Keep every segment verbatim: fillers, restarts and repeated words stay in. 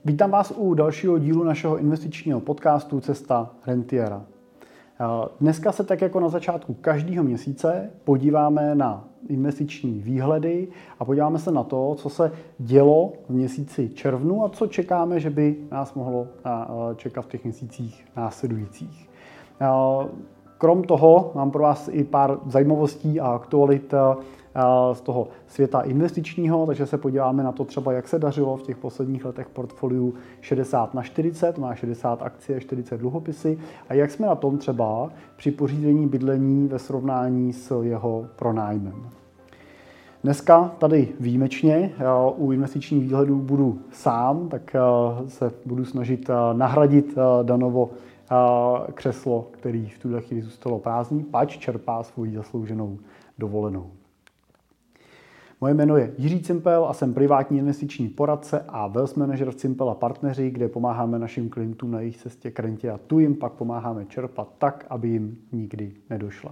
Vítám vás u dalšího dílu našeho investičního podcastu Cesta rentiera. Dneska se tak jako na začátku každého měsíce podíváme na investiční výhledy a podíváme se na to, co se dělo v měsíci červnu a co čekáme, že by nás mohlo čekat v těch měsících následujících. Krom toho mám pro vás i pár zajímavostí a aktualit z toho světa investičního, takže se podíváme na to třeba, jak se dařilo v těch posledních letech portfoliu šedesát na čtyřicet, má šedesát akcie a čtyřicet dluhopisy a jak jsme na tom třeba při pořízení bydlení ve srovnání s jeho pronájmem. Dneska tady výjimečně u investičních výhledů budu sám, tak se budu snažit nahradit Danovo křeslo, který v tuhle chvíli zůstalo prázdný, pač čerpá svoji zaslouženou dovolenou. Moje jméno je Jiří Cimpel a jsem privátní investiční poradce a wealth manager v Cimpel a partneři, kde pomáháme našim klientům na jejich cestě k rentě a tu jim pak pomáháme čerpat tak, aby jim nikdy nedošla.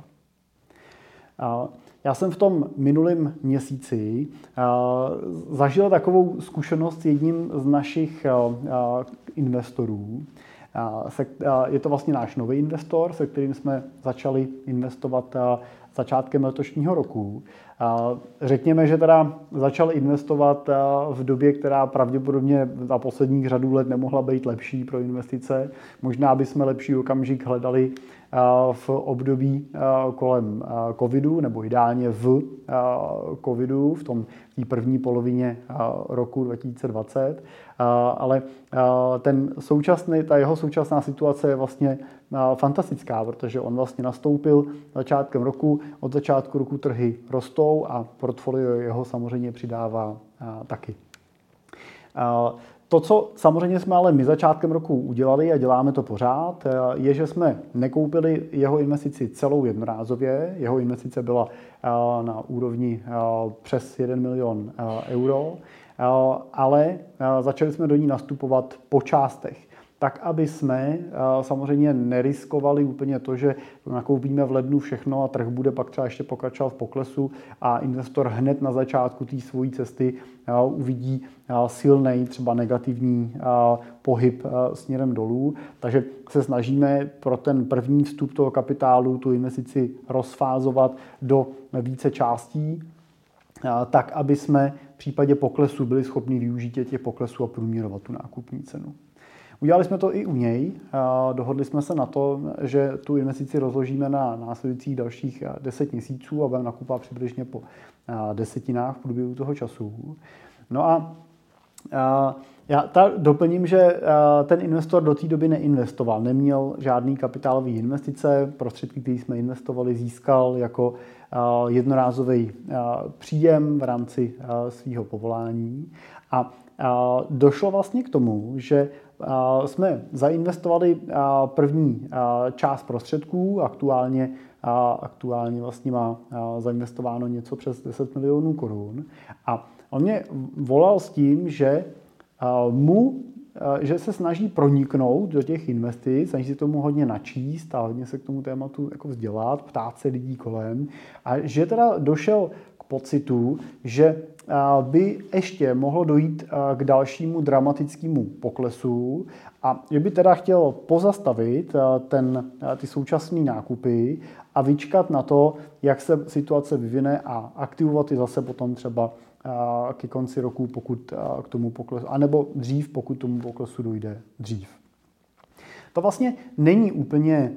Já jsem v tom minulém měsíci zažil takovou zkušenost s jedním z našich investorů. Je to vlastně náš nový investor, se kterým jsme začali investovat začátkem letošního roku. Řekněme, že teda začal investovat v době, která pravděpodobně za posledních řadu let nemohla být lepší pro investice. Možná bychom lepší okamžik hledali v období kolem covidu, nebo ideálně v covidu, v tom té první polovině roku dva tisíce dvacet. Ale ten současný, ta jeho současná situace je vlastně fantastická, protože on vlastně nastoupil začátkem roku, od začátku roku trhy rostou a portfolio jeho samozřejmě přidává taky. To, co samozřejmě jsme ale my začátkem roku udělali a děláme to pořád, je, že jsme nekoupili jeho investici celou jednorázově. Jeho investice byla na úrovni přes jeden milion euro, ale začali jsme do ní nastupovat po částech. Tak, aby jsme samozřejmě neriskovali úplně to, že nakoupíme v lednu všechno a trh bude pak třeba ještě pokračovat v poklesu a investor hned na začátku té svojí cesty uvidí silný, třeba negativní pohyb směrem dolů. Takže se snažíme pro ten první vstup toho kapitálu tu investici rozfázovat do více částí, tak, aby jsme v případě poklesu byli schopni využít těch poklesů a průměrovat tu nákupní cenu. Udělali jsme to i u něj. Dohodli jsme se na to, že tu investici rozložíme na následujících dalších deset měsíců a budeme nakupovat přibližně po desetinách v průběhu toho času. No a já ta doplním, že ten investor do té doby neinvestoval, neměl žádný kapitálový investice, prostředky, které jsme investovali, získal jako jednorázový příjem v rámci svého povolání. A došlo vlastně k tomu, že jsme zainvestovali první část prostředků, aktuálně, aktuálně vlastně má zainvestováno něco přes deset milionů korun. A on mě volal s tím, že mu, že se snaží proniknout do těch investic, snaží se tomu hodně načíst a hodně se k tomu tématu jako vzdělat, ptát se lidí kolem a že teda došel k pocitu, že by ještě mohlo dojít k dalšímu dramatickému poklesu a že by teda chtěl pozastavit ten, ty současné nákupy a vyčkat na to, jak se situace vyvine a aktivovat je zase potom třeba ke konci roku, pokud k tomu poklesu, anebo dřív, pokud tomu poklesu dojde dřív. To vlastně není úplně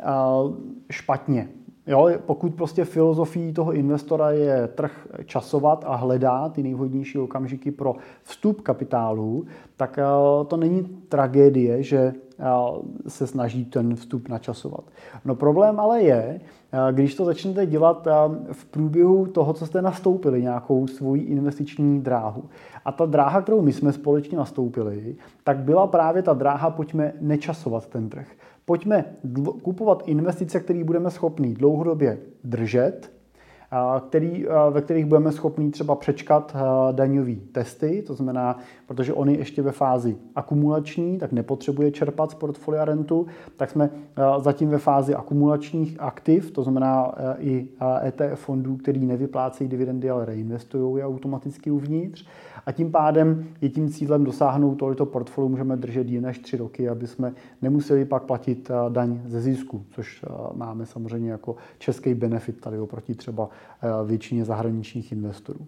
špatně. Jo, pokud prostě filozofií toho investora je trh časovat a hledá ty nejvhodnější okamžiky pro vstup kapitálu, tak to není tragédie, že se snaží ten vstup načasovat. No problém ale je, když to začnete dělat v průběhu toho, co jste nastoupili, nějakou svoji investiční dráhu. A ta dráha, kterou my jsme společně nastoupili, tak byla právě ta dráha, pojďme nečasovat ten trh. Pojďme kupovat investice, které budeme schopni dlouhodobě držet, který, ve kterých budeme schopni třeba přečkat daňové testy, to znamená, protože on je ještě ve fázi akumulační, tak nepotřebuje čerpat z portfolia rentu, tak jsme zatím ve fázi akumulačních aktiv, to znamená i E T F fondů, který nevyplácejí dividendy, ale reinvestují je automaticky uvnitř. A tím pádem je tím cílem dosáhnout tohoto portfoliu můžeme držet jen než tři roky, aby jsme nemuseli pak platit daň ze zisku, což máme samozřejmě jako český benefit tady oproti třeba většině zahraničních investorů.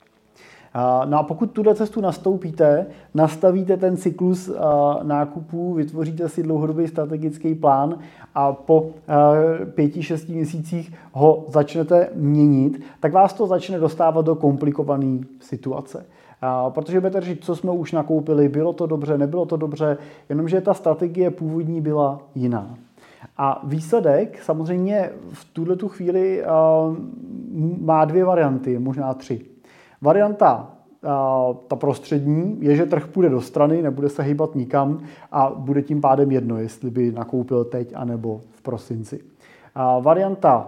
No a pokud tuhle cestu nastoupíte, nastavíte ten cyklus nákupů, vytvoříte si dlouhodobý strategický plán a po pěti, šesti měsících ho začnete měnit, tak vás to začne dostávat do komplikované situace. Protože budete říct, co jsme už nakoupili, bylo to dobře, nebylo to dobře, jenomže ta strategie původní byla jiná. A výsledek samozřejmě v tuhletu chvíli má dvě varianty, možná tři. Varianta ta prostřední je, že trh půjde do strany, nebude se hýbat nikam a bude tím pádem jedno, jestli by nakoupil teď anebo v prosinci. Varianta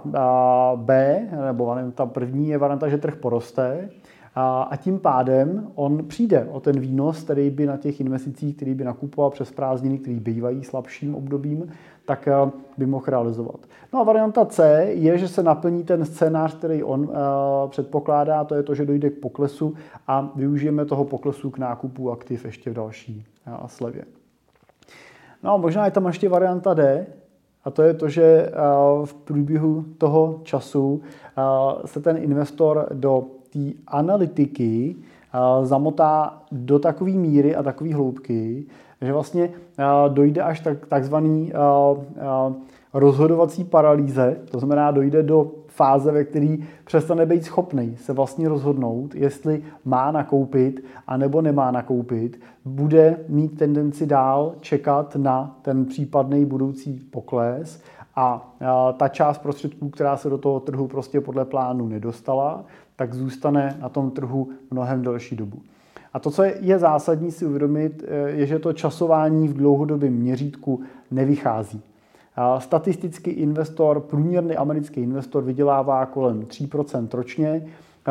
B, nebo varianta první je varianta, že trh poroste a tím pádem on přijde o ten výnos, který by na těch investicích, který by nakupoval přes prázdniny, který bývají slabším obdobím, tak by mohl realizovat. No a varianta C je, že se naplní ten scénář, který on uh, předpokládá, to je to, že dojde k poklesu a využijeme toho poklesu k nákupu aktiv ještě v další uh, slevě. No a možná je tam ještě varianta D, a to je to, že uh, v průběhu toho času uh, se ten investor do té analytiky uh, zamotá do takové míry a takové hloubky, že vlastně uh, dojde až tak, takzvaný uh, uh, rozhodovací paralýze, to znamená dojde do fáze, ve které přestane být schopný se vlastně rozhodnout, jestli má nakoupit anebo nemá nakoupit, bude mít tendenci dál čekat na ten případný budoucí pokles a ta část prostředků, která se do toho trhu prostě podle plánu nedostala, tak zůstane na tom trhu mnohem delší dobu. A to, co je zásadní si uvědomit, je, že to časování v dlouhodobém měřítku nevychází. Statisticky investor, průměrný americký investor vydělává kolem tři procenta ročně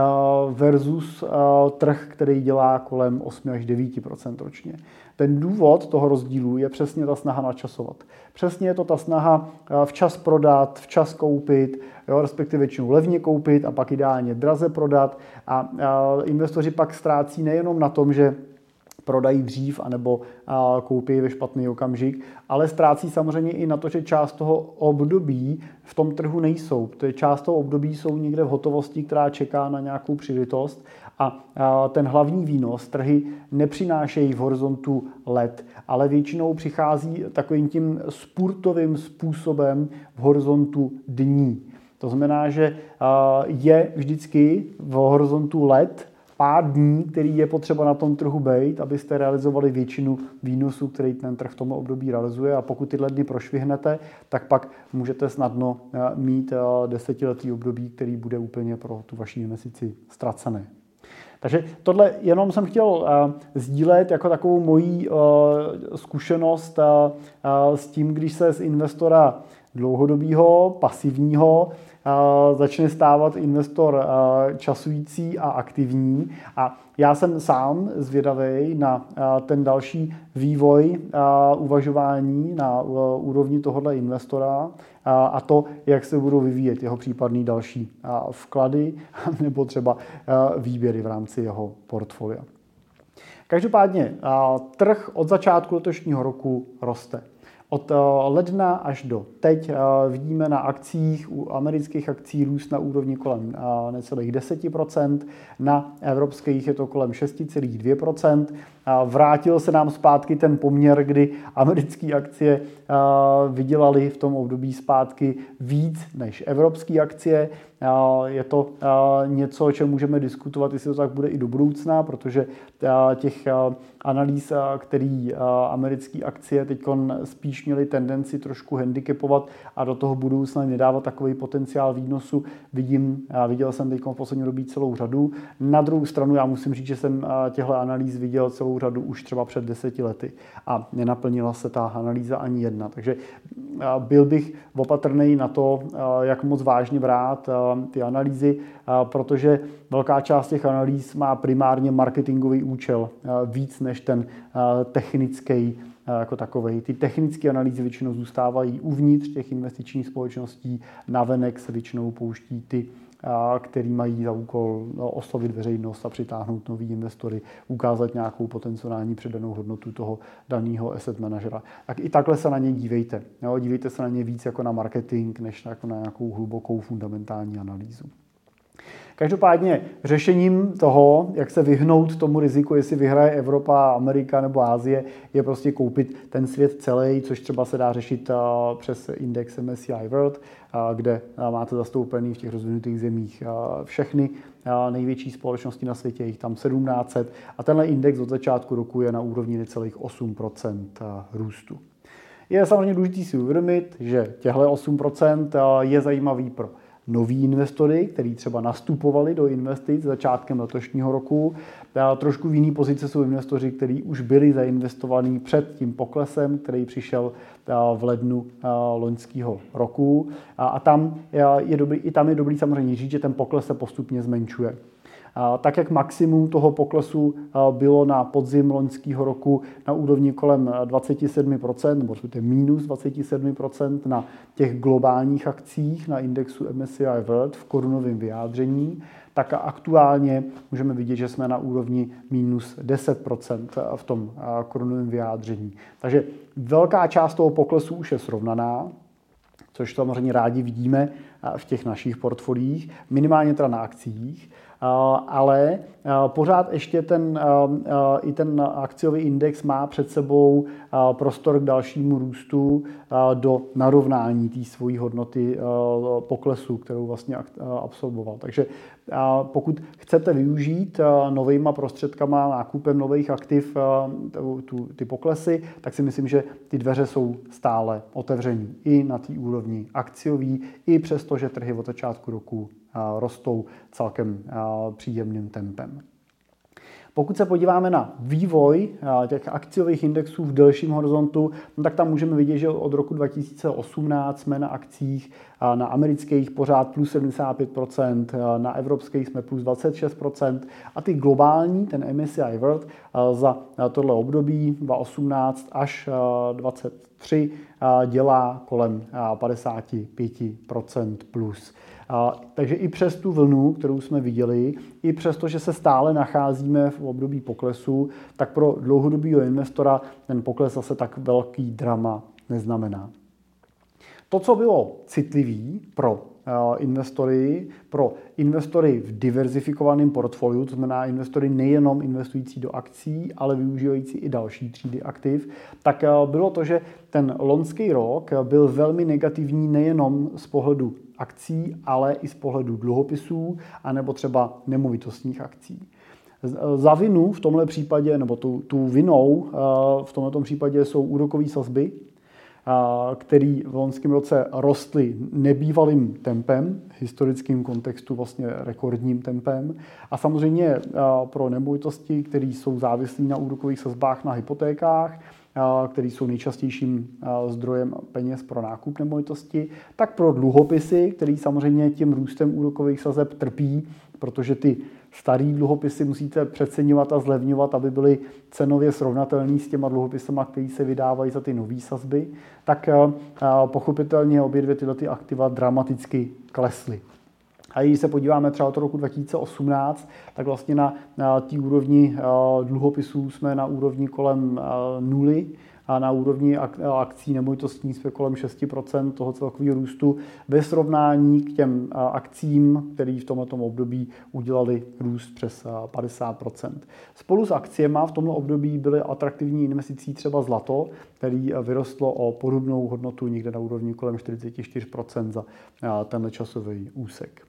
versus trh, který dělá kolem osm až devět procent ročně. Ten důvod toho rozdílu je přesně ta snaha načasovat. Přesně je to ta snaha včas prodat, včas koupit, jo, respektive většinou levně koupit a pak ideálně draze prodat. A, a investoři pak ztrácí nejenom na tom, že prodají dřív anebo koupí ve špatný okamžik, ale ztrácí samozřejmě i na to, že část toho období v tom trhu nejsou. Protože část toho období jsou někde v hotovosti, která čeká na nějakou příležitost a ten hlavní výnos trhy nepřinášejí v horizontu let, ale většinou přichází takovým tím spurtovým způsobem v horizontu dní. To znamená, že je vždycky v horizontu let pár dní, který je potřeba na tom trhu být, abyste realizovali většinu výnosů, který ten trh v tom období realizuje. A pokud tyhle dny prošvihnete, tak pak můžete snadno mít desetiletý období, který bude úplně pro tu vaši investici ztracené. Takže tohle jenom jsem chtěl uh, sdílet jako takovou moji uh, zkušenost uh, uh, s tím, když se z investora dlouhodobého, pasivního uh, začne stávat investor uh, časující a aktivní. A já jsem sám zvědavý na uh, ten další vývoj uh, uvažování na uh, úrovni tohohle investora uh, a to, jak se budou vyvíjet jeho případný další uh, vklady nebo třeba uh, výběry v rámci jeho portfolia. Každopádně uh, trh od začátku letošního roku roste. Od ledna až do teď vidíme na akcích, u amerických akcí růst na úrovni kolem necelých deset procent, na evropských je to kolem šest celá dvě procenta. Vrátil se nám zpátky ten poměr, kdy americké akcie vydělaly v tom období zpátky víc než evropské akcie. Je to něco, o čem můžeme diskutovat, jestli to tak bude i do budoucna, protože těch analýz, který americké akcie teď spíš měly tendenci trošku handicapovat a do toho budoucna nedávat takový potenciál výnosu, vidím, viděl jsem teď v poslední době celou řadu. Na druhou stranu já musím říct, že jsem těchto analýz viděl celou řadu už třeba před deseti lety a nenaplnila se ta analýza ani jedna. Takže byl bych opatrný na to, jak moc vážně brát ty analýzy, protože velká část těch analýz má primárně marketingový účel víc než ten technický jako takovej. Ty technické analýzy většinou zůstávají uvnitř těch investičních společností, navenek se většinou pouští ty který mají za úkol oslovit veřejnost a přitáhnout nový investory, ukázat nějakou potenciální přidanou hodnotu toho daného asset manažera. Tak i takhle se na ně dívejte. Jo? Dívejte se na ně víc jako na marketing, než jako na nějakou hlubokou fundamentální analýzu. Každopádně řešením toho, jak se vyhnout tomu riziku, jestli vyhraje Evropa, Amerika nebo Asie, je prostě koupit ten svět celý, což třeba se dá řešit přes index M S C I World, kde máte zastoupený v těch rozvinutých zemích všechny největší společnosti na světě, jich tam sedmnáct set a tenhle index od začátku roku je na úrovni necelých osm procent růstu. Je samozřejmě důležité si uvědomit, že těchto osm procent je zajímavý pro noví investory, kteří třeba nastupovali do investic začátkem letošního roku. Trošku v jiný pozici jsou investoři, kteří už byli zainvestovaní před tím poklesem, který přišel v lednu loňského roku. A tam je dobrý, i tam je dobrý samozřejmě říct, že ten pokles se postupně zmenšuje. Tak jak maximum toho poklesu bylo na podzim loňského roku na úrovni kolem dvacet sedm procent, nebo minus dvacet sedm procent na těch globálních akcích na indexu M S C I World v korunovém vyjádření, tak aktuálně můžeme vidět, že jsme na úrovni minus deset procent v tom korunovém vyjádření. Takže velká část toho poklesu už je srovnaná, což samozřejmě rádi vidíme v těch našich portfoliích, minimálně teda na akcích, ale pořád ještě ten, i ten akciový index má před sebou prostor k dalšímu růstu do narovnání té svojí hodnoty poklesu, kterou vlastně absolvoval. Takže pokud chcete využít novýma prostředkama, nákupem nových aktiv ty poklesy, tak si myslím, že ty dveře jsou stále otevřený i na té úrovni akciový, i přesto, že trhy od začátku roku rostou celkem příjemným tempem. Pokud se podíváme na vývoj těch akciových indexů v delším horizontu, no tak tam můžeme vidět, že od roku dva tisíce osmnáct jsme na akcích na amerických pořád plus sedmdesát pět procent, na evropských jsme plus dvacet šest procent a ty globální, ten M S C I World, za tohle období dva tisíce osmnáct až dvacet tři dělá kolem padesát pět procent plus. Takže i přes tu vlnu, kterou jsme viděli, i přes to, že se stále nacházíme v období poklesu, tak pro dlouhodobého investora ten pokles zase tak velký drama neznamená. To, co bylo citlivý pro investory, pro investory v diverzifikovaném portfoliu, to znamená investory nejenom investující do akcí, ale využívající i další třídy aktiv, tak bylo to, že ten loňský rok byl velmi negativní nejenom z pohledu akcí, ale i z pohledu dluhopisů anebo třeba nemovitostních akcí. Za vinu v tomhle případě, nebo tu, tu vinou v tomto případě jsou úrokové sazby, který v loňském roce rostly nebývalým tempem, v historickém kontextu vlastně rekordním tempem. A samozřejmě pro nemovitosti, které jsou závislí na úrokových sazbách na hypotékách, které jsou nejčastějším zdrojem peněz pro nákup nemovitosti, tak pro dluhopisy, které samozřejmě tím růstem úrokových sazeb trpí, protože ty starý dluhopisy musíte přeceňovat a zlevňovat, aby byly cenově srovnatelné s těma dluhopisama, které se vydávají za ty nové sazby, tak pochopitelně obě dvě tyhle ty aktiva dramaticky klesly. A když se podíváme třeba od roku dva tisíce osmnáct, tak vlastně na, na té úrovni dluhopisů jsme na úrovni kolem nuly a na úrovni akcí nemovitostní jsme kolem šest procent toho celkového růstu ve srovnání k těm akcím, které v tomto období udělali růst přes padesát procent. Spolu s akciemi v tomto období byly atraktivní investicí třeba zlato, který vyrostlo o podobnou hodnotu někde na úrovni kolem čtyřicet čtyři procent za tenhle časový úsek.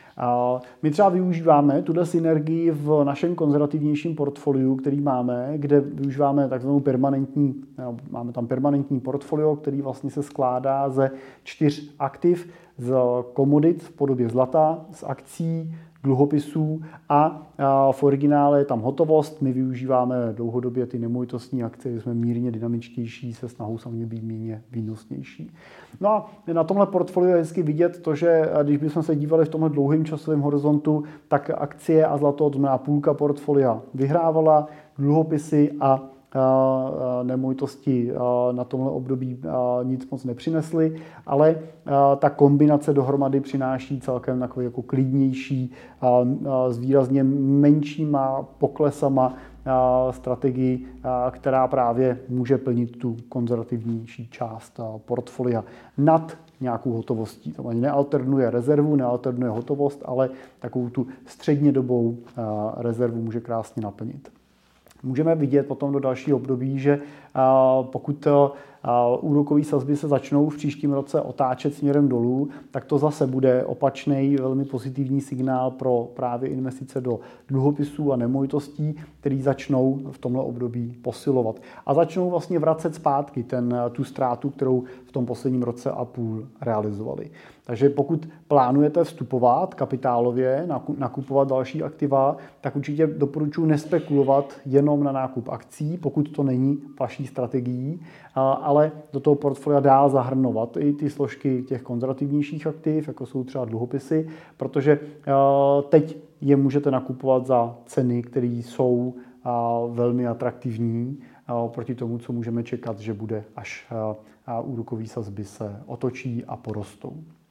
My třeba využíváme tuhle synergii v našem konzervativnějším portfoliu, který máme, kde využíváme takzvanou permanentní, máme tam permanentní portfolio, který vlastně se skládá ze čtyř aktiv, z komodit v podobě zlata, z akcí, dluhopisů a v originále je tam hotovost. My využíváme dlouhodobě ty nemovitostní akcie, jsme mírně dynamičtější, se snahou samozřejmě být méně výnosnější. No a na tomhle portfoliu je hezky vidět to, že když bychom se dívali v tomhle dlouhém časovém horizontu, tak akcie a zlato, to znamená půlka portfolia, vyhrávala, dluhopisy a nemovitosti na tomhle období nic moc nepřinesly, ale ta kombinace dohromady přináší celkem takový jako klidnější, s výrazně menšíma poklesama strategii, která právě může plnit tu konzervativnější část portfolia nad nějakou hotovostí. To ani nealternuje rezervu, nealternuje hotovost, ale takovou tu střednědobou rezervu může krásně naplnit. Můžeme vidět potom do dalšího období, že pokud úrokové sazby se začnou v příštím roce otáčet směrem dolů, tak to zase bude opačný, velmi pozitivní signál pro právě investice do dluhopisů a nemovitostí, které začnou v tomhle období posilovat. A začnou vlastně vracet zpátky ten, tu ztrátu, kterou v tom posledním roce a půl realizovali. Takže pokud plánujete vstupovat kapitálově, nakupovat další aktiva, tak určitě doporučuji nespekulovat jenom na nákup akcí, pokud to není vaší strategií, ale do toho portfolia dál zahrnovat i ty složky těch konzervativnějších aktiv, jako jsou třeba dluhopisy, protože teď je můžete nakupovat za ceny, které jsou velmi atraktivní proti tomu, co můžeme čekat, že bude, až úrokové sazby se otočí a porostou.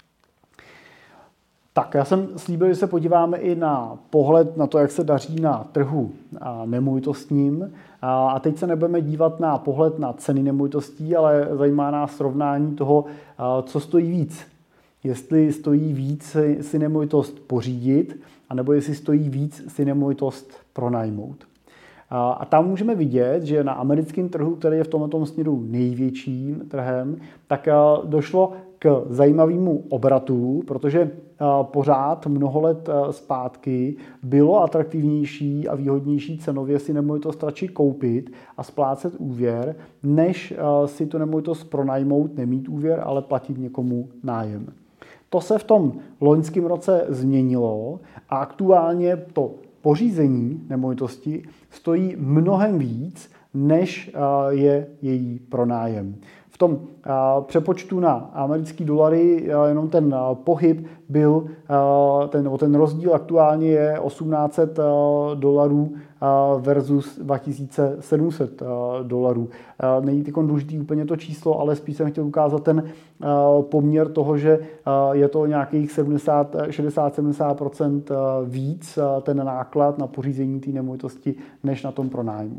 Tak, já jsem slíbil, že se podíváme i na pohled na to, jak se daří na trhu nemovitostním. A teď se nebudeme dívat na pohled na ceny nemovitostí, ale zajímá nás srovnání toho, co stojí víc. Jestli stojí víc si nemovitost pořídit, anebo jestli stojí víc si nemovitost pronajmout. A tam můžeme vidět, že na americkém trhu, který je v tomto směru největším trhem, tak došlo k zajímavému obratu, protože pořád mnoho let zpátky bylo atraktivnější a výhodnější cenově si nemovitost radši koupit a splácet úvěr, než si tu nemovitost pronajmout, nemít úvěr, ale platit někomu nájem. To se v tom loňském roce změnilo a aktuálně to pořízení nemovitosti stojí mnohem víc, než je její pronájem. V tom přepočtu na americké dolary jenom ten pohyb byl, ten, nebo ten rozdíl aktuálně je osmnáct set dolarů versus dva tisíce sedm set dolarů. Není teď důležitý úplně to číslo, ale spíš jsem chtěl ukázat ten poměr toho, že je to nějakých šedesát až sedmdesát procent víc ten náklad na pořízení té nemovitosti, než na tom pronájmu.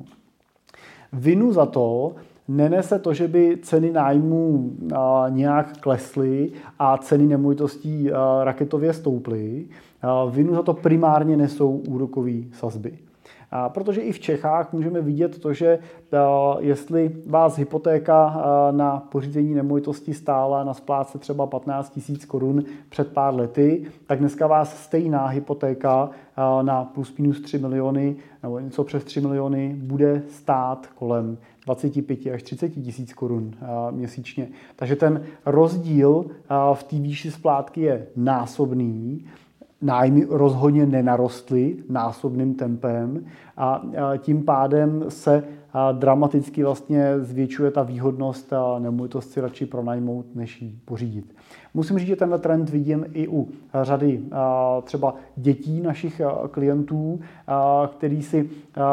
Vinu za to nenese to, že by ceny nájmů nějak klesly a ceny nemovitostí raketově stouply. Vinu za to primárně nesou úrokové sazby. Protože i v Čechách můžeme vidět to, že jestli vás hypotéka na pořízení nemovitosti stála na splátce třeba patnáct tisíc korun před pár lety, tak dneska vás stejná hypotéka na plus minus tři miliony nebo něco přes tři miliony bude stát kolem dvacet pět až třicet tisíc korun měsíčně. Takže ten rozdíl v té výši splátky je násobný. Nájmy rozhodně nenarostly násobným tempem a tím pádem se dramaticky vlastně zvětšuje ta výhodnost nemovitost si radši pronajmout, než ji pořídit. Musím říct, že tenhle trend vidím i u řady třeba dětí našich klientů, který si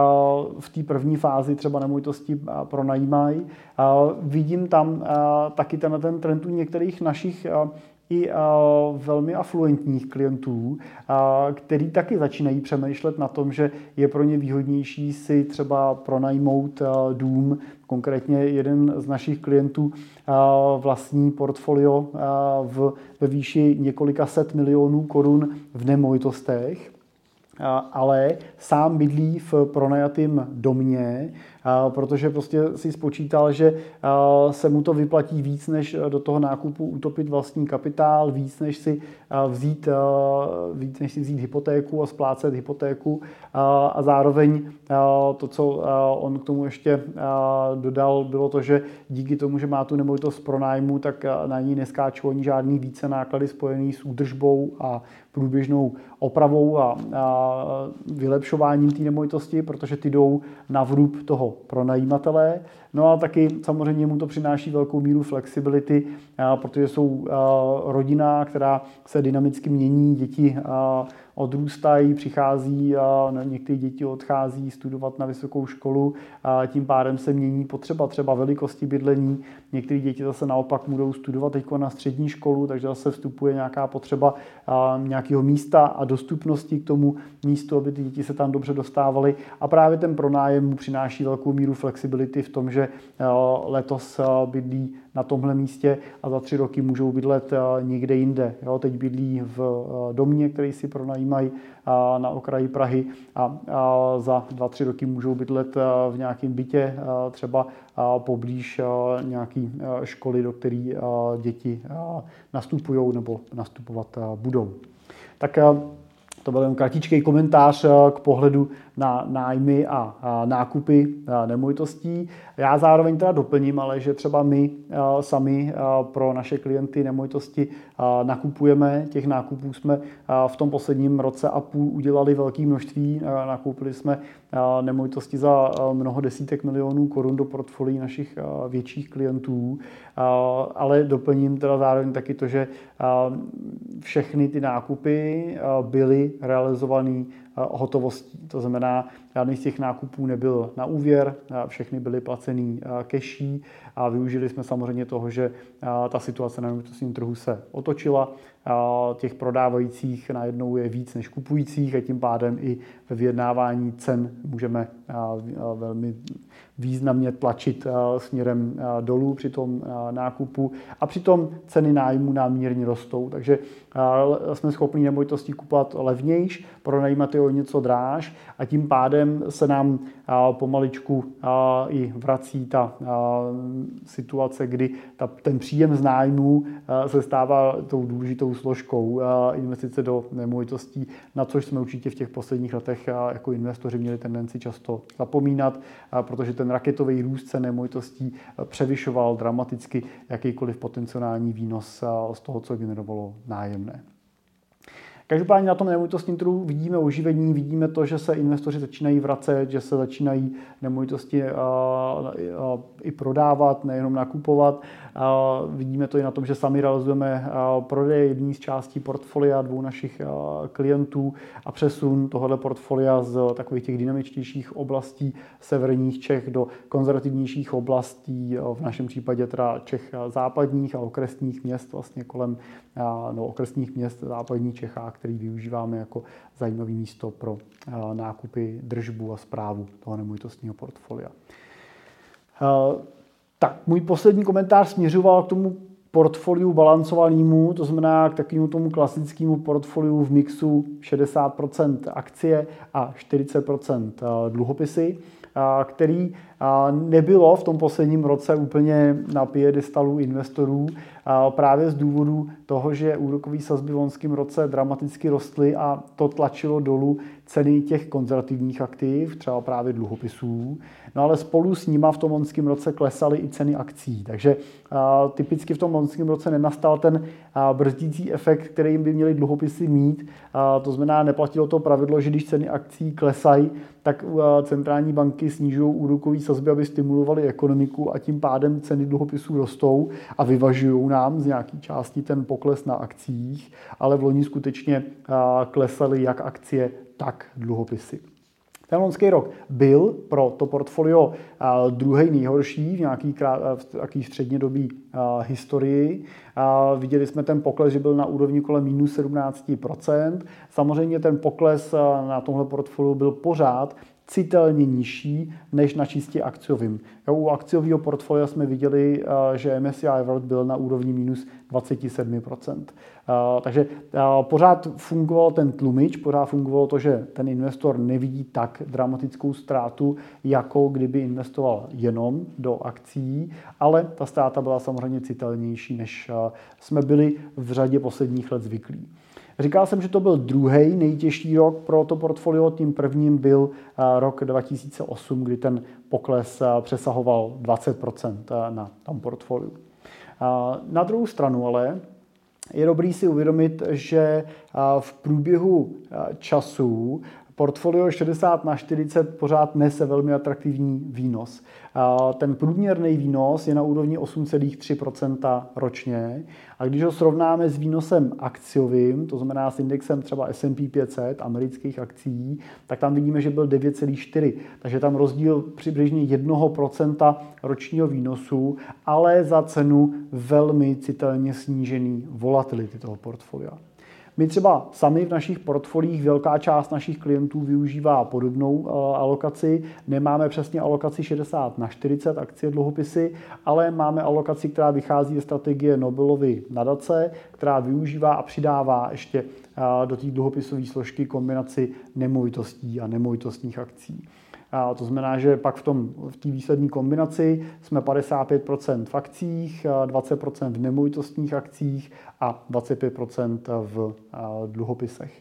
v té první fázi třeba nemovitosti pronajímají. Vidím tam taky tenhle ten trend u některých našich i velmi afluentních klientů, který taky začínají přemýšlet na tom, že je pro ně výhodnější si třeba pronajmout dům. Konkrétně jeden z našich klientů vlastní portfolio v, ve výši několika set milionů korun v nemovitostech, ale sám bydlí v pronajatém domě, protože prostě si spočítal, že se mu to vyplatí víc, než do toho nákupu utopit vlastní kapitál, víc, než si vzít, víc, než si vzít hypotéku a splácet hypotéku. A zároveň to, co on k tomu ještě dodal, bylo to, že díky tomu, že má tu nemovitost pronájmu, tak na ní neskáčou ani žádný více náklady spojený s údržbou a průběžnou opravou a, a vylepšováním té nemovitosti, protože ty jdou na vrub toho pronajímatele. No a taky samozřejmě mu to přináší velkou míru flexibility, a, protože jsou a, rodina, která se dynamicky mění, děti a, odrůstají, přichází, některé děti odchází studovat na vysokou školu, tím pádem se mění potřeba třeba velikosti bydlení. Některé děti zase naopak budou studovat teď na střední školu, takže zase vstupuje nějaká potřeba nějakého místa a dostupnosti k tomu místu, aby ty děti se tam dobře dostávaly. A právě ten pronájem mu přináší velkou míru flexibility v tom, že letos bydlí na tomhle místě a za tři roky můžou bydlet někde jinde. Jo, teď bydlí v domě, který si pronajímají na okraji Prahy a za dva, tři roky můžou bydlet v nějakém bytě, třeba poblíž nějaké školy, do které děti nastupují nebo nastupovat budou. Tak to byl jen kratičký komentář k pohledu na nájmy a nákupy nemovitostí. Já zároveň teda doplním, ale že třeba my sami pro naše klienty nemovitosti nakupujeme. Těch nákupů jsme v tom posledním roce a půl udělali velké množství. Nakoupili jsme nemovitosti za mnoho desítek milionů korun do portfolií našich větších klientů. Ale doplním teda zároveň taky to, že všechny ty nákupy byly realizované hotovostí. To znamená, žádný z těch nákupů nebyl na úvěr, všechny byly placený keší a využili jsme samozřejmě toho, že ta situace na nemovitostním trhu se otočila. Těch prodávajících najednou je víc než kupujících a tím pádem i ve vyjednávání cen můžeme velmi významně tlačit směrem dolů při tom nákupu a přitom ceny nájmu nám mírně rostou, takže jsme schopni nemovitosti kupovat levnějš, pronajímat je o něco dráž a tím pádem se nám pomaličku i vrací ta situace, kdy ta, ten příjem z nájmu se stává tou důležitou složkou investice do nemovitostí, na což jsme určitě v těch posledních letech jako investoři měli tendenci často zapomínat, protože ten raketový růst cen nemovitostí převyšoval dramaticky jakýkoliv potenciální výnos z toho, co generovalo nájemné. Každopádně na tom nemovitostním trhu vidíme oživení, vidíme to, že se investoři začínají vracet, že se začínají nemovitosti i prodávat, nejenom nakupovat. Vidíme to i na tom, že sami realizujeme prodej jedné z částí portfolia dvou našich klientů a přesun tohoto portfolia z takových těch dynamičtějších oblastí severních Čech do konzervativnějších oblastí, v našem případě teda Čech západních a okresních měst, vlastně kolem no, okresních měst západních Čechách, který využíváme jako zajímavé místo pro nákupy, držbu a správu toho nemovitostního portfolia. Tak, můj poslední komentář směřoval k tomu portfoliu balancovanému, to znamená k takovému tomu klasickému portfoliu v mixu šedesát procent akcie a čtyřicet procent dluhopisy, který nebylo v tom posledním roce úplně na piedestalu investorů právě z důvodu toho, že úrokové sazby v loňském roce dramaticky rostly a to tlačilo dolů ceny těch konzervativních aktiv, třeba právě dluhopisů. No ale spolu s nima v tom loňském roce klesaly i ceny akcí. Takže typicky v tom loňském roce nenastal ten brzdící efekt, který by měly dluhopisy mít. To znamená, neplatilo to pravidlo, že když ceny akcí klesají, tak centrální banky snižují úrokové sazby, aby stimulovaly ekonomiku a tím pádem ceny dluhopisů rostou a vyvažují nám z nějaké části ten pokles na akcích, ale v loni skutečně klesaly jak akcie, tak dluhopisy. Ten loňský rok byl pro to portfolio druhý nejhorší v nějaký, v nějaký střednědobý historii. Viděli jsme ten pokles, že byl na úrovni kolem minus sedmnáct procent. Samozřejmě ten pokles na tomhle portfoliu byl pořád citelně nižší než na čistě akciovým. Jo, u akciového portfolia jsme viděli, že M S C I World byl na úrovni minus dvacet sedm procent. Takže pořád fungoval ten tlumič, pořád fungovalo to, že ten investor nevidí tak dramatickou ztrátu, jako kdyby investoval jenom do akcí, ale ta ztráta byla samozřejmě citelnější, než jsme byli v řadě posledních let zvyklí. Říkal jsem, že to byl druhý nejtěžší rok pro to portfolio, tím prvním byl rok dva tisíce osm, kdy ten pokles přesahoval dvacet procent na tom portfoliu. Na druhou stranu ale je dobrý si uvědomit, že v průběhu času Portfolio šedesát na čtyřicet pořád nese velmi atraktivní výnos. Ten průměrný výnos je na úrovni osm celá tři procenta ročně a když ho srovnáme s výnosem akciovým, to znamená s indexem třeba S and P pět set amerických akcií, tak tam vidíme, že byl devět celá čtyři. Takže tam rozdíl přibližně jednoho procenta ročního výnosu, ale za cenu velmi citelně snížený volatility toho portfolia. My třeba sami v našich portfoliích, velká část našich klientů využívá podobnou alokaci. Nemáme přesně alokaci šedesát na čtyřicet akcie dluhopisy, ale máme alokaci, která vychází ze strategie Nobelovy nadace, která využívá a přidává ještě do té dluhopisové složky kombinaci nemovitostí a nemovitostních akcí. A to znamená, že pak v tom, v té výsledné kombinaci jsme padesát pět procent v akcích, dvacet procent v nemovitostních akcích a dvacet pět procent v dluhopisech.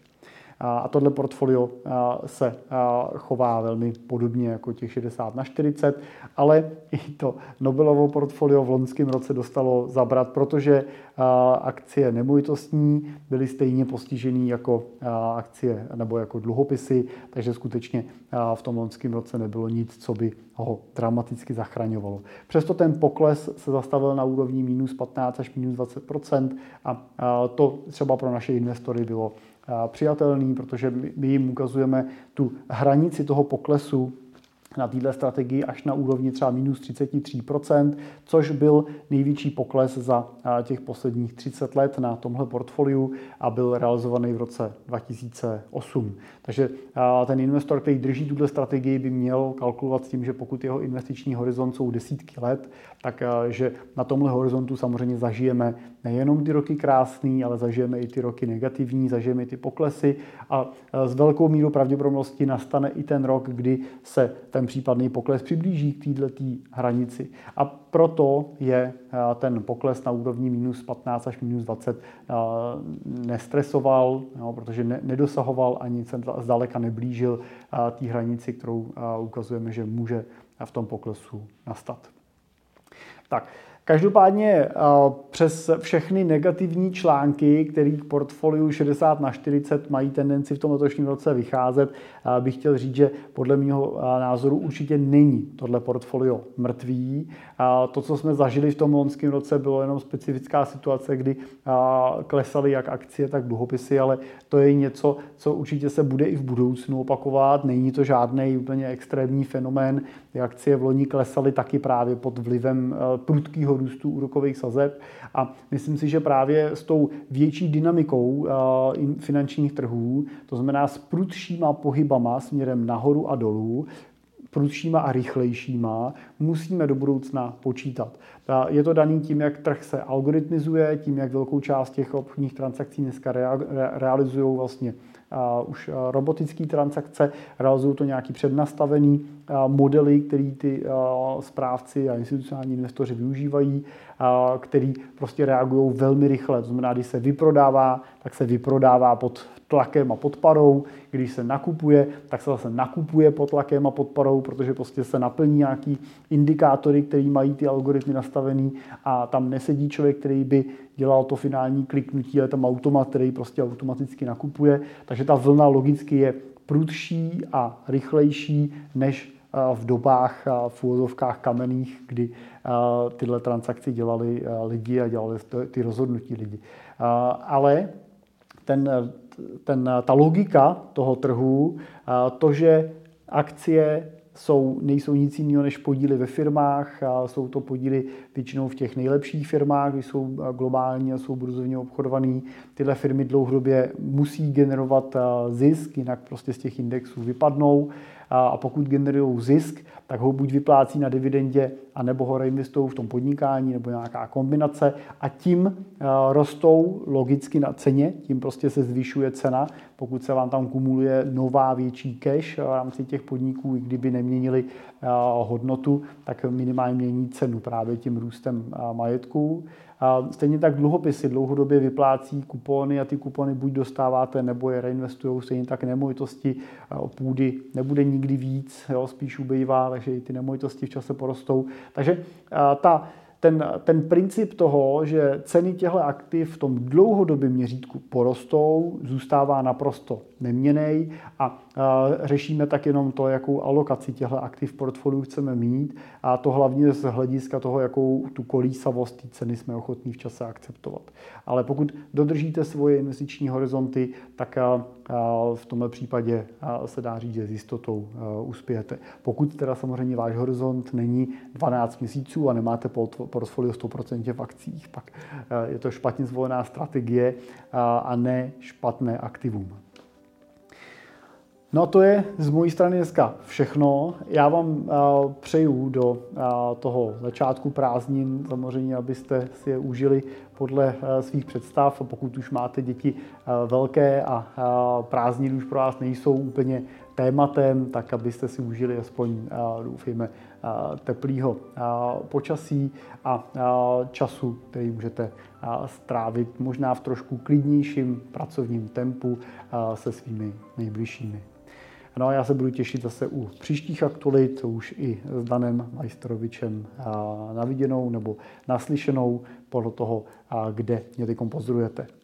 A tohle portfolio se chová velmi podobně jako těch šedesát na čtyřicet, ale i to Nobelovo portfolio v loňském roce dostalo zabrat, protože akcie nemovitostní byly stejně postižené jako akcie nebo jako dluhopisy, takže skutečně v tom loňském roce nebylo nic, co by ho dramaticky zachraňovalo. Přesto ten pokles se zastavil na úrovni minus patnáct až minus dvacet procent a to třeba pro naše investory bylo přijatelný, protože my jim ukazujeme tu hranici toho poklesu na této strategii až na úrovni třeba minus třicet tři procent, což byl největší pokles za těch posledních třicet let na tomhle portfoliu a byl realizovaný v roce dva tisíce osm. Takže ten investor, který drží tuto strategii, by měl kalkulovat s tím, že pokud jeho investiční horizont jsou desítky let, tak že na tomhle horizontu samozřejmě zažijeme nejenom ty roky krásný, ale zažijeme i ty roky negativní, zažijeme i ty poklesy a s velkou mírou pravděpodobnosti nastane i ten rok, kdy se ten případný pokles přiblíží k této hranici. A proto je ten pokles na úrovni minus patnáct až minus dvacet nestresoval, jo, protože ne, nedosahoval ani se zdaleka neblížil té hranici, kterou ukazujeme, že může v tom poklesu nastat. Tak, každopádně přes všechny negativní články, které k portfoliu šedesát na čtyřicet mají tendenci v tom letošním roce vycházet, bych chtěl říct, že podle mého názoru určitě není tohle portfolio mrtvý. To, co jsme zažili v tom loňském roce, bylo jenom specifická situace, kdy klesaly jak akcie, tak dluhopisy, ale to je něco, co určitě se bude i v budoucnu opakovat. Není to žádný úplně extrémní fenomén. Ty akcie v loni klesaly taky právě pod vlivem prudkého růstu úrokových sazeb a myslím si, že právě s tou větší dynamikou finančních trhů, to znamená s prudšíma pohybama směrem nahoru a dolů, prudšíma a rychlejšíma, musíme do budoucna počítat. Je to daný tím, jak trh se algoritmizuje, tím, jak velkou část těch obchodních transakcí dneska realizují vlastně Uh, už uh, robotické transakce, realizují to nějaký přednastavený uh, modely, které ty uh, správci a institucionální investoři využívají, uh, který prostě reagují velmi rychle. To znamená, když se vyprodává, tak se vyprodává pod tlakem a podparou, když se nakupuje, tak se zase nakupuje pod tlakem a podparou, protože prostě se naplní nějaký indikátory, které mají ty algoritmy nastavený a tam nesedí člověk, který by dělal to finální kliknutí, ale tam automat, který prostě automaticky nakupuje. Takže ta vlna logicky je prudší a rychlejší než v dobách, v úvozovkách kamenných, kdy tyhle transakce dělali lidi a dělali ty rozhodnutí lidi. Ale ten, ten, ta logika toho trhu, to, že akcie jsou, nejsou nic jiného než podíly ve firmách, a jsou to podíly většinou v těch nejlepších firmách, když jsou globální a jsou burzovně obchodovaný. Tyhle firmy dlouhodobě musí generovat zisk, jinak prostě z těch indexů vypadnou. A pokud generují zisk, tak ho buď vyplácí na dividendě, anebo ho reinvestují v tom podnikání, nebo nějaká kombinace a tím rostou logicky na ceně, tím prostě se zvyšuje cena, pokud se vám tam kumuluje nová větší cash v rámci těch podniků, i kdyby neměnili hodnotu, tak minimálně mění cenu právě tím růstem majetků. Stejně tak dluhopisy dlouhodobě vyplácí kupony a ty kupony buď dostáváte, nebo je reinvestují. Stejně tak nemovitosti, půdy nebude nikdy víc, jo, spíš ubývá, takže i ty nemovitosti v čase porostou. Takže ta, ten, ten princip toho, že ceny těchto aktiv v tom dlouhodobém měřítku porostou, zůstává naprosto neměnný a řešíme tak jenom to, jakou alokaci těchto aktiv v portfoliu chceme mít a to hlavně z hlediska toho, jakou tu kolísavost té ceny jsme ochotní v čase akceptovat. Ale pokud dodržíte svoje investiční horizonty, tak v tomhle případě se dá říct, že s jistotou uspějete. Pokud teda samozřejmě váš horizont není dvanáct měsíců a nemáte portfolio sto procent v akcích, pak je to špatně zvolená strategie a ne špatné aktivum. No a to je z mojí strany dneska všechno. Já vám přeju do toho začátku prázdnin samozřejmě, abyste si je užili podle svých představ. Pokud už máte děti velké a prázdniny už pro vás nejsou úplně tématem, tak abyste si užili aspoň, doufejme, teplého počasí a času, který můžete strávit možná v trošku klidnějším pracovním tempu se svými nejbližšími. No a já se budu těšit zase u příštích aktualit, už i s Danem Majstorovičem na viděnou nebo naslyšenou podle toho, kde mě teď pozorujete.